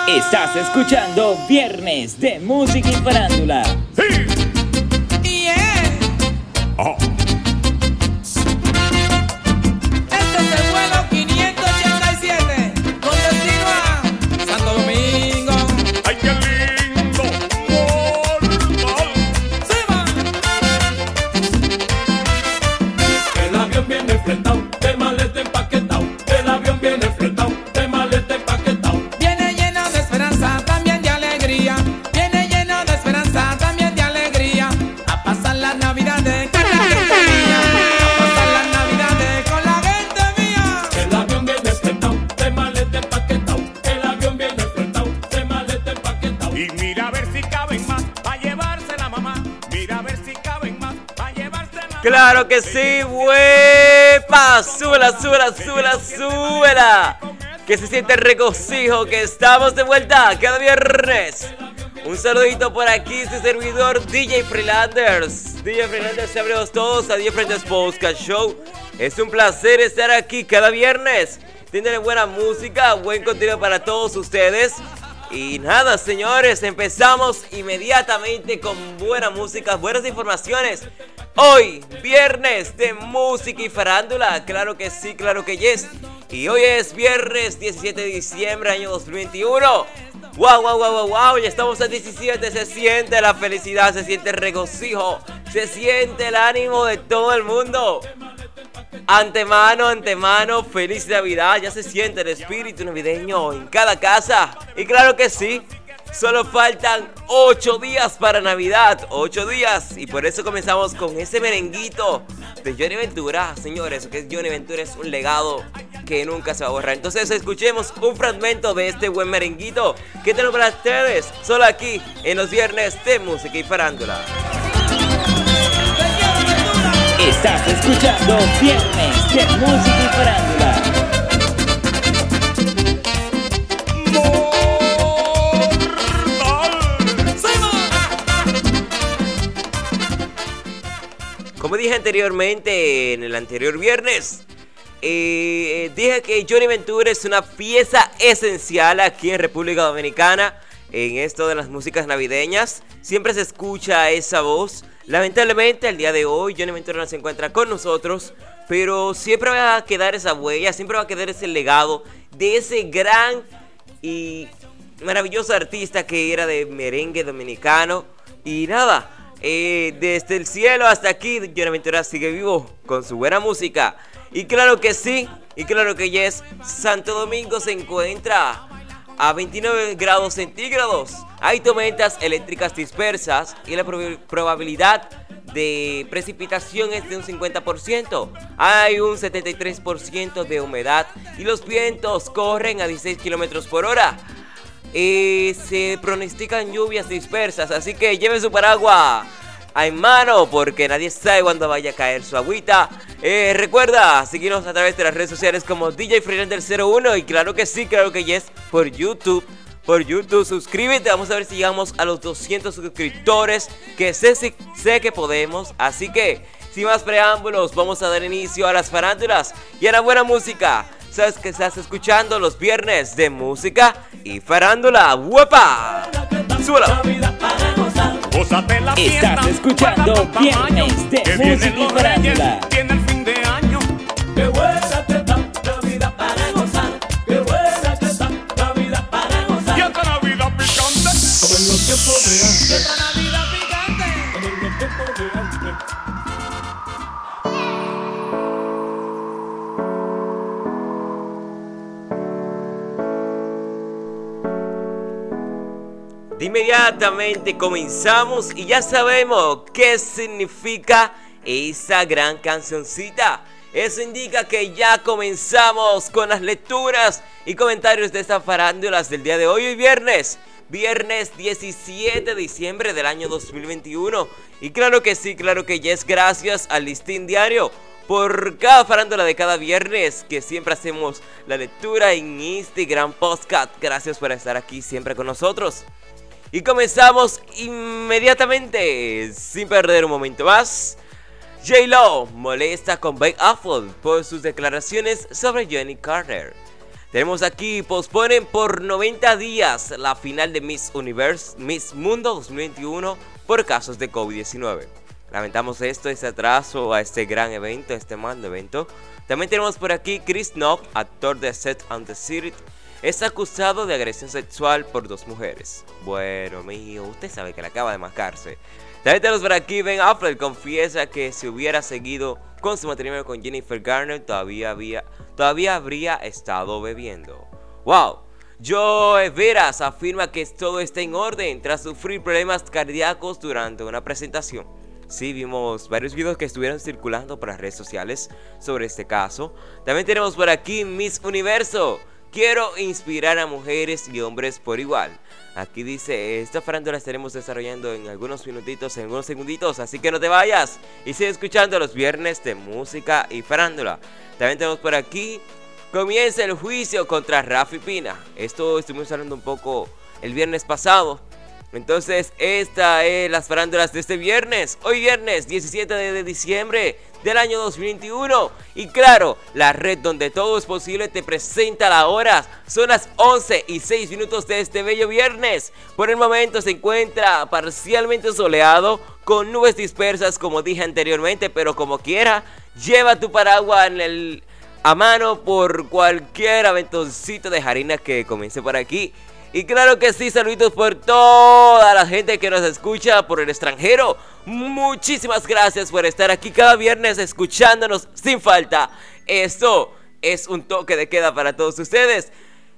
Estás escuchando Viernes de Música y Farándula. Sí. Yeah. Oh. Este es el vuelo 587 con destino a Santo Domingo. ¡Ay, qué lindo! ¡Mortal! ¡Se va! El avión viene fletado, de maleta empaquetado. El avión viene fletado, de maleta empaquetado. Viene lleno de esperanza, también de alegría. Viene lleno de esperanza, también de alegría. A pasar las navidades con la gente mía. A pasar las navidades con la gente mía. El avión viene fletado, de maleta empaquetado. El avión viene fletado, de maleta empaquetado. Y mira a ver si caben más, va a llevarse la mamá. Mira a ver si caben más, va a llevarse la Claro que sí, huepa, súbela, súbela, súbela, súbela. Que se siente el regocijo que estamos de vuelta cada viernes. Un saludito por aquí, su servidor DJ Freelanders. DJ Freelanders, abrimos todos a DJ Freelanders Podcast Show. Es un placer estar aquí cada viernes. Tienen buena música, buen contenido para todos ustedes. Y nada, señores, empezamos inmediatamente con buena música, buenas informaciones. Hoy, viernes de música y farándula, claro que sí, claro que yes. Y hoy es viernes 17 de diciembre, año 2021. Wow, wow, wow, wow, wow, ya estamos a 17, se siente la felicidad, se siente el regocijo, se siente el ánimo de todo el mundo. Antemano, feliz Navidad, ya se siente el espíritu navideño en cada casa. Y claro que sí, solo faltan 8 días para Navidad, 8 días. Y por eso comenzamos con ese merenguito de Johnny Ventura. Señores, que es Johnny Ventura es un legado que nunca se va a borrar. Entonces escuchemos un fragmento de este buen merenguito que tengo para ustedes, solo aquí en los viernes de música y farándula. Estás escuchando Viernes de Música y Farándula. Como dije anteriormente, en el anterior viernes, dije que Johnny Ventura es una pieza esencial aquí en República Dominicana, en esto de las músicas navideñas. Siempre se escucha esa voz. Lamentablemente, al día de hoy, Johnny Ventura no se encuentra con nosotros, pero siempre va a quedar esa huella, siempre va a quedar ese legado de ese gran y maravilloso artista que era de merengue dominicano. Y nada, desde el cielo hasta aquí, Johnny Ventura sigue vivo con su buena música. Y claro que sí, y claro que yes, Santo Domingo se encuentra a 29 grados centígrados. Hay tormentas eléctricas dispersas y la probabilidad de precipitación es de un 50%. Hay un 73% de humedad y los vientos corren a 16 kilómetros por hora. Se pronostican lluvias dispersas, así que lleven su paraguas en mano porque nadie sabe cuándo vaya a caer su agüita. Recuerda seguirnos a través de las redes sociales como DJ Freelander 01 y claro que sí, claro que yes, por YouTube. Suscríbete, vamos a ver si llegamos a los 200 suscriptores, que sé que podemos. Así que, sin más preámbulos, vamos a dar inicio a las farándulas y a la buena música. Sabes que estás escuchando los viernes de música y farándula. ¡Huepa! ¡Súbelo! Gózate la fiesta, Estás escuchando guarda tu tamaño, Viernes de que Música vienen y los Farándula. reyes, viene el fin de año. Qué buena que está la vida para gozar. Qué buena que está la vida para gozar. Y esta Navidad picante, Como en los tiempos de antes. Esta Navidad picante. Como en los tiempos de antes. De inmediatamente comenzamos y ya sabemos qué significa esa gran cancioncita. Eso indica que ya comenzamos con las lecturas y comentarios de estas farándulas del día de hoy viernes 17 de diciembre del año 2021. Y claro que sí, claro que ya es gracias al Listín Diario por cada farándula de cada viernes, que siempre hacemos la lectura en Instagram Podcast. Gracias por estar aquí siempre con nosotros. Y comenzamos inmediatamente, sin perder un momento más. J-Lo molesta con Ben Affleck por sus declaraciones sobre Jenny Carter. Tenemos aquí, posponen por 90 días la final de Miss Mundo 2021 por casos de COVID-19. Lamentamos este atraso a este gran evento, este magno evento. También tenemos por aquí Chris Knock, actor de Sex and the City, es acusado de agresión sexual por 2 mujeres. Bueno, mío, usted sabe que le acaba de mascarse. También tenemos por aquí Ben Affleck, confiesa que si hubiera seguido con su matrimonio con Jennifer Garner, todavía habría estado bebiendo. ¡Wow! Joe Veras afirma que todo está en orden tras sufrir problemas cardíacos durante una presentación. Sí, vimos varios videos que estuvieron circulando por las redes sociales sobre este caso. También tenemos por aquí Miss Universo. Quiero inspirar a mujeres y hombres por igual. Aquí dice, esta farándula la estaremos desarrollando en algunos minutitos, en algunos segunditos, así que no te vayas y sigue escuchando los viernes de música y farándula. También tenemos por aquí, comienza el juicio contra Rafi Pina. Esto estuvimos hablando un poco el viernes pasado. Entonces, esta es las farándulas de este viernes. Hoy viernes 17 de diciembre del año 2021. Y claro, la red donde todo es posible te presenta la hora. Son las 11:06 de este bello viernes. Por el momento se encuentra parcialmente soleado, con nubes dispersas como dije anteriormente. Pero como quiera, lleva tu paraguas a mano por cualquier aventoncito de harina que comience por aquí. Y claro que sí, saluditos por toda la gente que nos escucha por el extranjero. Muchísimas gracias por estar aquí cada viernes escuchándonos sin falta. Esto es un toque de queda para todos ustedes.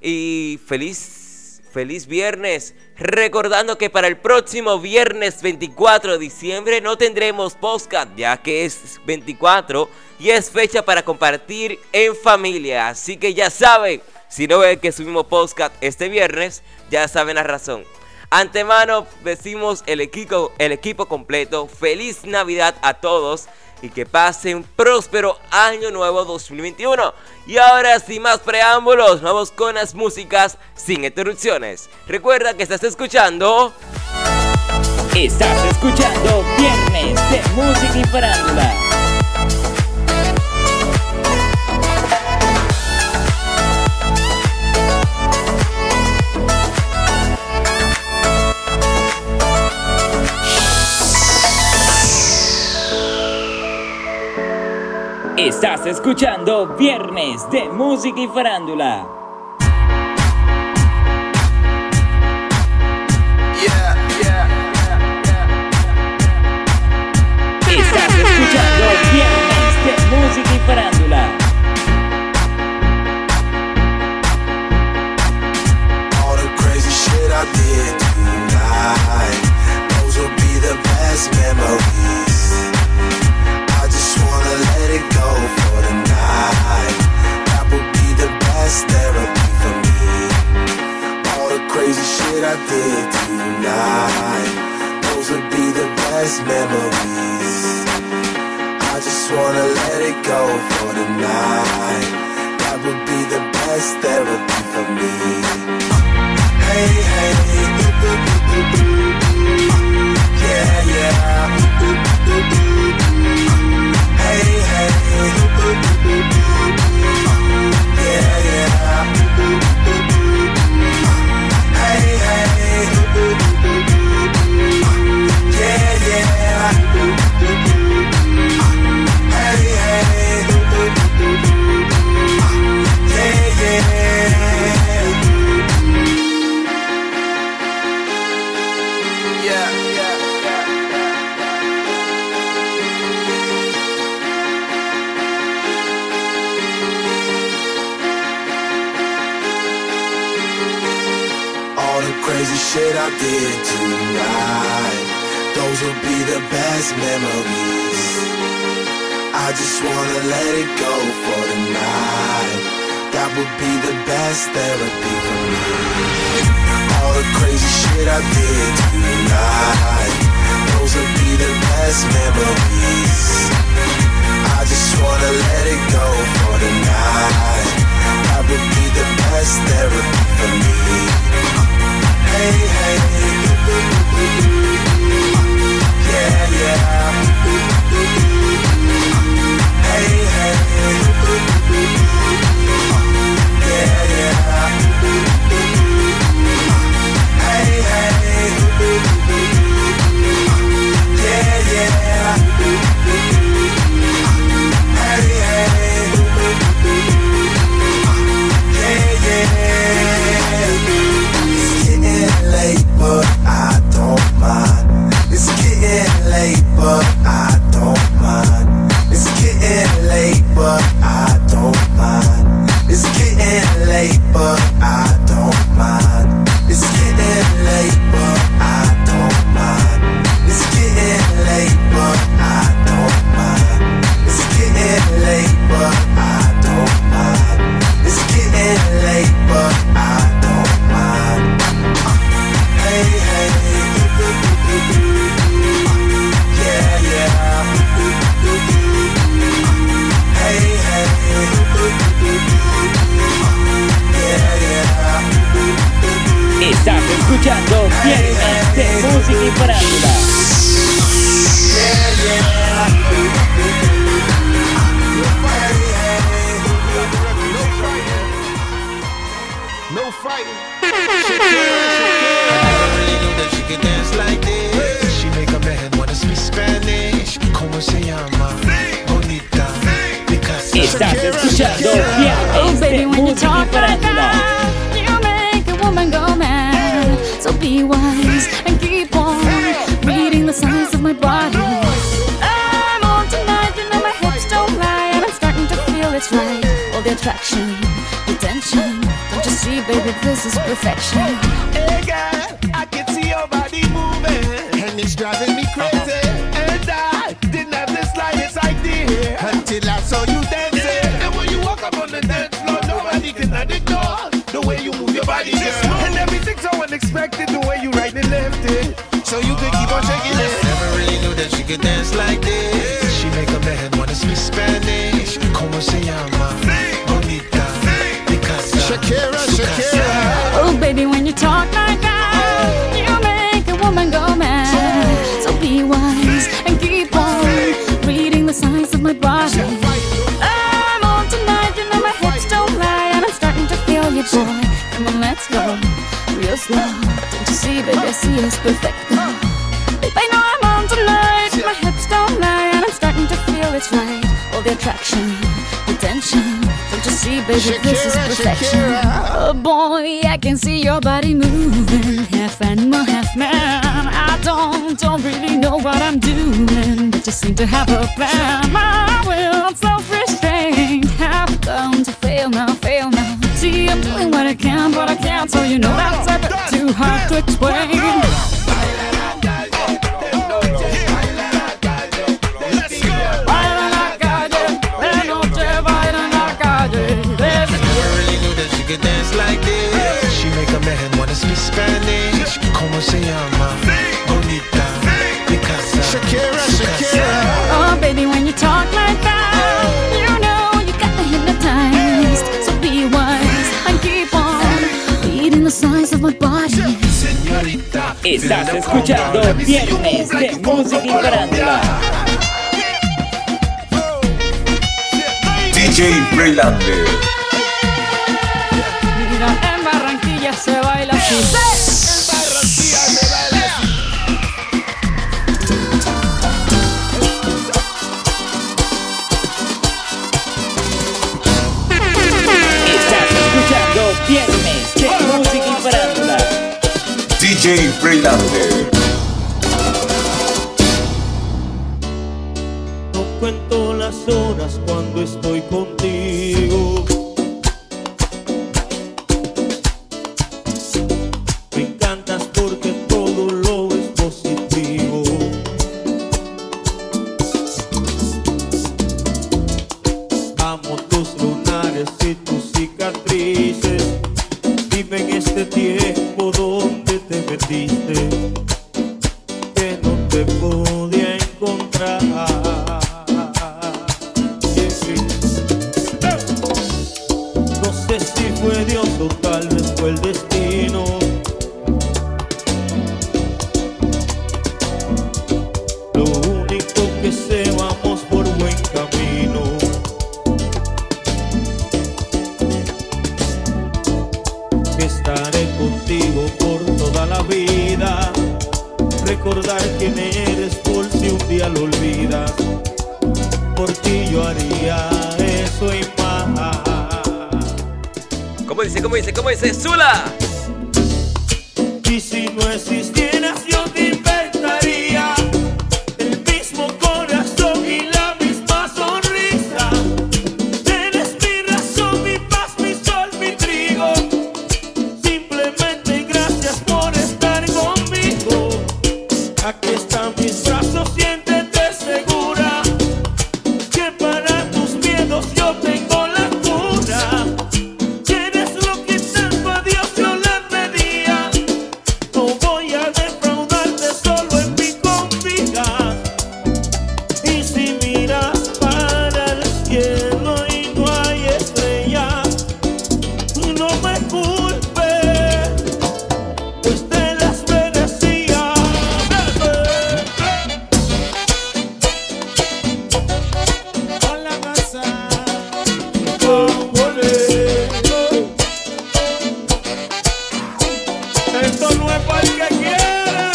Y feliz viernes. Recordando que para el próximo viernes 24 de diciembre no tendremos podcast, ya que es 24 y es fecha para compartir en familia. Así que ya saben. Si no ven que subimos podcast este viernes, ya saben la razón. Antemano decimos el equipo completo, feliz Navidad a todos y que pasen un próspero año nuevo 2021. Y ahora sin más preámbulos, vamos con las músicas sin interrupciones. Recuerda que estás escuchando Viernes de Música y Farándula. Estás escuchando Viernes de Música y Farándula. Estás escuchando Viernes de Música y Farándula. All the crazy shit I did tonight, those will be the best memories. I just wanna let it go for the night. That would be the best therapy for me. All the crazy shit I did tonight, those would be the best memories. I just wanna let it go for the night. That would be the best therapy for me. Hey, hey, yeah, yeah. Hey, hey, yeah, yeah. Hey, hey, yeah, yeah. Hey, hey, yeah, yeah. Yeah, yeah. All the crazy shit I did tonight, those will be the best memories. I just wanna let it go for the night. That would be the best therapy for me. All the crazy shit I did tonight, those will be the best memories. I just wanna let it go for the night. That would be the best therapy for me. Hey, hey, yeah, yeah. Hey, hey, yeah, yeah. late, but I don't mind. It's getting late, but I don't mind. It's getting late, but I don't mind. It's getting late, but I don't mind. It's getting late, but I don't mind. Hey, hey, yeah, yeah. Hey, hey, yeah, yeah. Estás escuchando Viernes de Música y Farándula. Yeah, yeah. No fighting. I really know that she can dance like this. She make a man wanna speak Spanish. ¿Cómo se llama? Bonita. Estás escuchando Viernes de Música y Farándula. You make a woman go mad. So be wise and keep on reading the signs of my body. I'm on tonight, you know my hips don't lie, and I'm starting to feel it's right. All the attraction, the tension. Don't you see, baby, this is perfection. Hey girl, I can see your body moving, and it's driving me crazy. And I didn't have the slightest idea until I saw you dancing. And when you walk up on the dance floor, nobody can ignore the way you move your body, girl. And everything's so unexpected, the way you right and left it, so you could keep on shaking it. Never really knew that she could dance like this. She make a man wanna speak Spanish. ¿Cómo se llama? Bonita. Shakira, Shakira. Oh, baby, when you talk like that, you make a woman go mad. So be wise and keep on reading the signs of my body. I'm on tonight, you know my hips don't lie, and I'm starting to feel you, boy. Come on, let's go real slow. Don't you see, baby, I see it's perfect. Babe, I know I'm on tonight, my hips don't lie, and I'm starting to feel it's right. All the attraction, the tension. Don't you see, baby, this is perfection. Oh boy, I can see your body moving, half animal, half man. I don't really know what I'm doing, but just seem to have a plan. My will, self-restraint, have come to fail now, fail now. See, I'm doing what I can, but I can't, so you know that's a bit too hard to explain. Could dance like this. She make a man wanna speak Spanish. ¿Cómo se llama? Bonita. Picasa. Shakira, Shakira. Oh, baby, when you talk like that, you know you got me hypnotized. So be wise and keep on reading the signs of my body. Estás escuchando Viernes de Música y Farándula. DJ Freelander. En Barranquilla se baila así. En Barranquilla se baila así. Estás escuchando Viernes de Música y Farándula. DJ Freelander. No cuento las horas cuando estoy contigo. Recordar quién eres por si un día lo olvidas. Por ti yo haría eso y más. ¿Cómo dice? ¿Cómo dice? ¿Cómo dice? ¡Zula! Y si no existieras yo te inventaría el mismo corazón y la misma sonrisa. Eres mi razón, mi paz, mi sol, mi trigo. me culpes, pues te las merecía. Con la masa. Esto no es para el que quiera,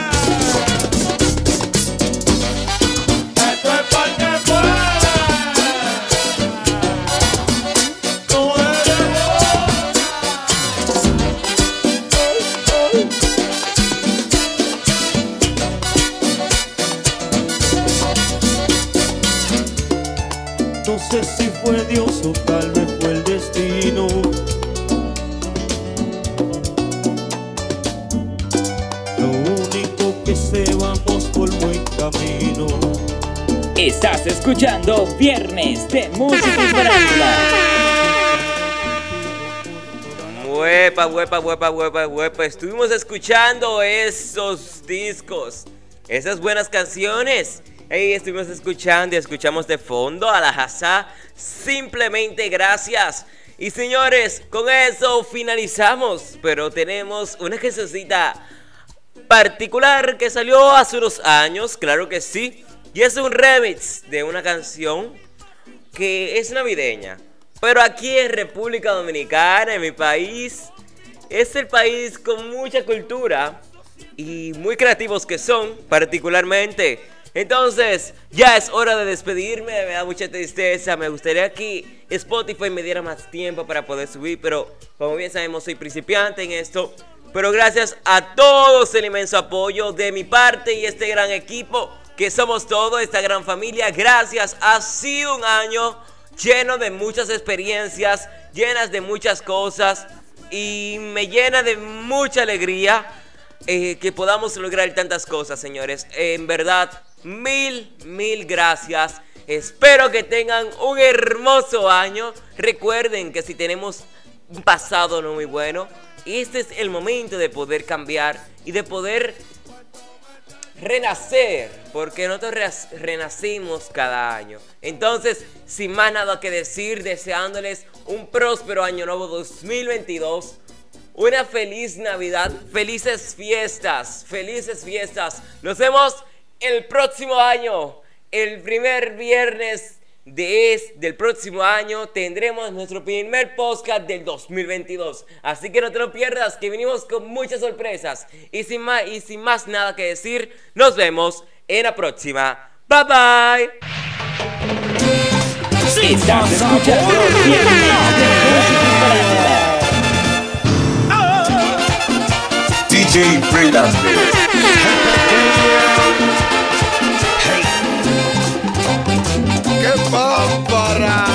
esto es para el que pueda. No No sé si fue Dios o tal vez fue el destino. Lo único que sé, vamos por buen camino. Estás escuchando Viernes de Música y Farándula. Huepa. Estuvimos escuchando esos discos, esas buenas canciones. Estuvimos escuchando y escuchamos de fondo a la Hazá. Simplemente gracias. Y señores, con eso finalizamos. Pero tenemos una cancioncita particular que salió hace unos años, claro que sí. Y es un remix de una canción que es navideña. Pero aquí en República Dominicana, en mi país, es el país con mucha cultura y muy creativos que son, particularmente. Entonces, ya es hora de despedirme, me da mucha tristeza. Me gustaría que Spotify me diera más tiempo para poder subir, pero como bien sabemos, soy principiante en esto. Pero gracias a todos el inmenso apoyo de mi parte y este gran equipo que somos todos, esta gran familia. Gracias, ha sido un año lleno de muchas experiencias, llenas de muchas cosas, y me llena de mucha alegría que podamos lograr tantas cosas, señores. En verdad, mil gracias. Espero que tengan un hermoso año. Recuerden que si tenemos un pasado no muy bueno, este es el momento de poder cambiar y de poder renacer, porque nosotros renacimos cada año. Entonces, sin más nada que decir, deseándoles un próspero año nuevo 2022, una feliz Navidad, felices fiestas. Nos vemos el próximo año, el primer viernes del próximo año tendremos nuestro primer podcast del 2022. Así que no te lo pierdas, que venimos con muchas sorpresas. Y sin más nada que decir, nos vemos en la próxima. Bye bye. Estás escuchando Viernes de Música y Farándula. DJ Freelander. ¡Pámpara!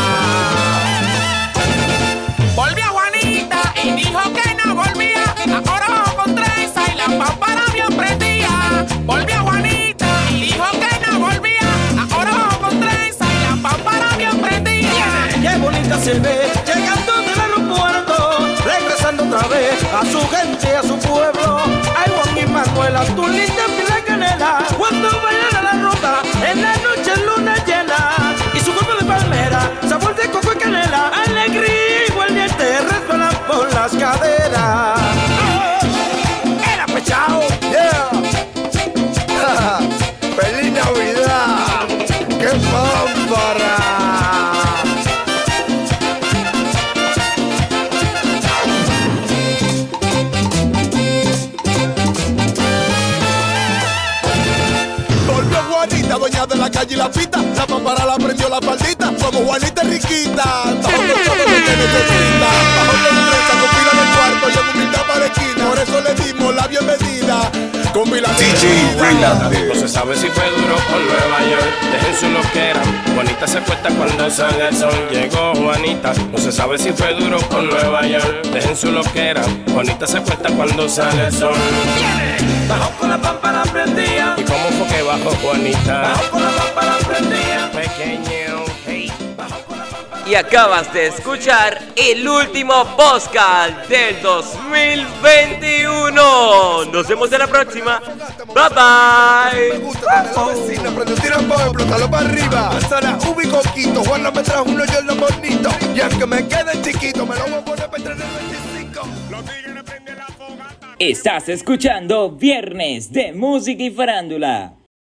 Volvió Juanita y dijo que no volvía. Ahora bajo con trenza y la pámpara bien prendía. Volvió Juanita y dijo que no volvía. Ahora bajo con trenza y la pámpara bien prendía. Qué bonita se ve llegando del aeropuerto, regresando otra vez a su gente, a su pueblo. Ay, Juan y Manuela, tu linda piel de canela, cuando vayan a la ruta en la noche luna llena. Y su cuerpo de palmera, sabor de coco y canela, alegría igual diente resbalan por las caderas. Era pechao. ¡Yeah! ¡Feliz Navidad! ¡Qué pámpara! Volvió Juanita, dueña de la calle y la pita. La pámpara la prendió la faldita. Como Juanita riquita, bajo con todo lo que necesita. Bajo con prensa, con pila en el cuarto y en humildad para esquina. Por eso le dimos la bienvenida. Con pila DJ Freelander. No se sabe si fue duro con Nueva York. Dejen su loquera. Juanita se cuesta cuando sale el sol. Llegó Juanita. No se sabe si fue duro con Nueva York. Dejen su loquera. Juanita se cuesta cuando sale el sol. Bajo con la pámpara prendía. ¿Y cómo fue que bajó Juanita? Bajo con la pámpara prendía. Pequeño, hey. Y acabas de escuchar el último podcast del 2021. Nos vemos en la próxima. Bye bye. Explótalo para arriba. Sala, ubico quito. Juan no me trajo uno, yo lo bonito. Y aunque me quede chiquito, me lo voy a poner para entrenar el 25. Estás escuchando Viernes de Música y Farándula.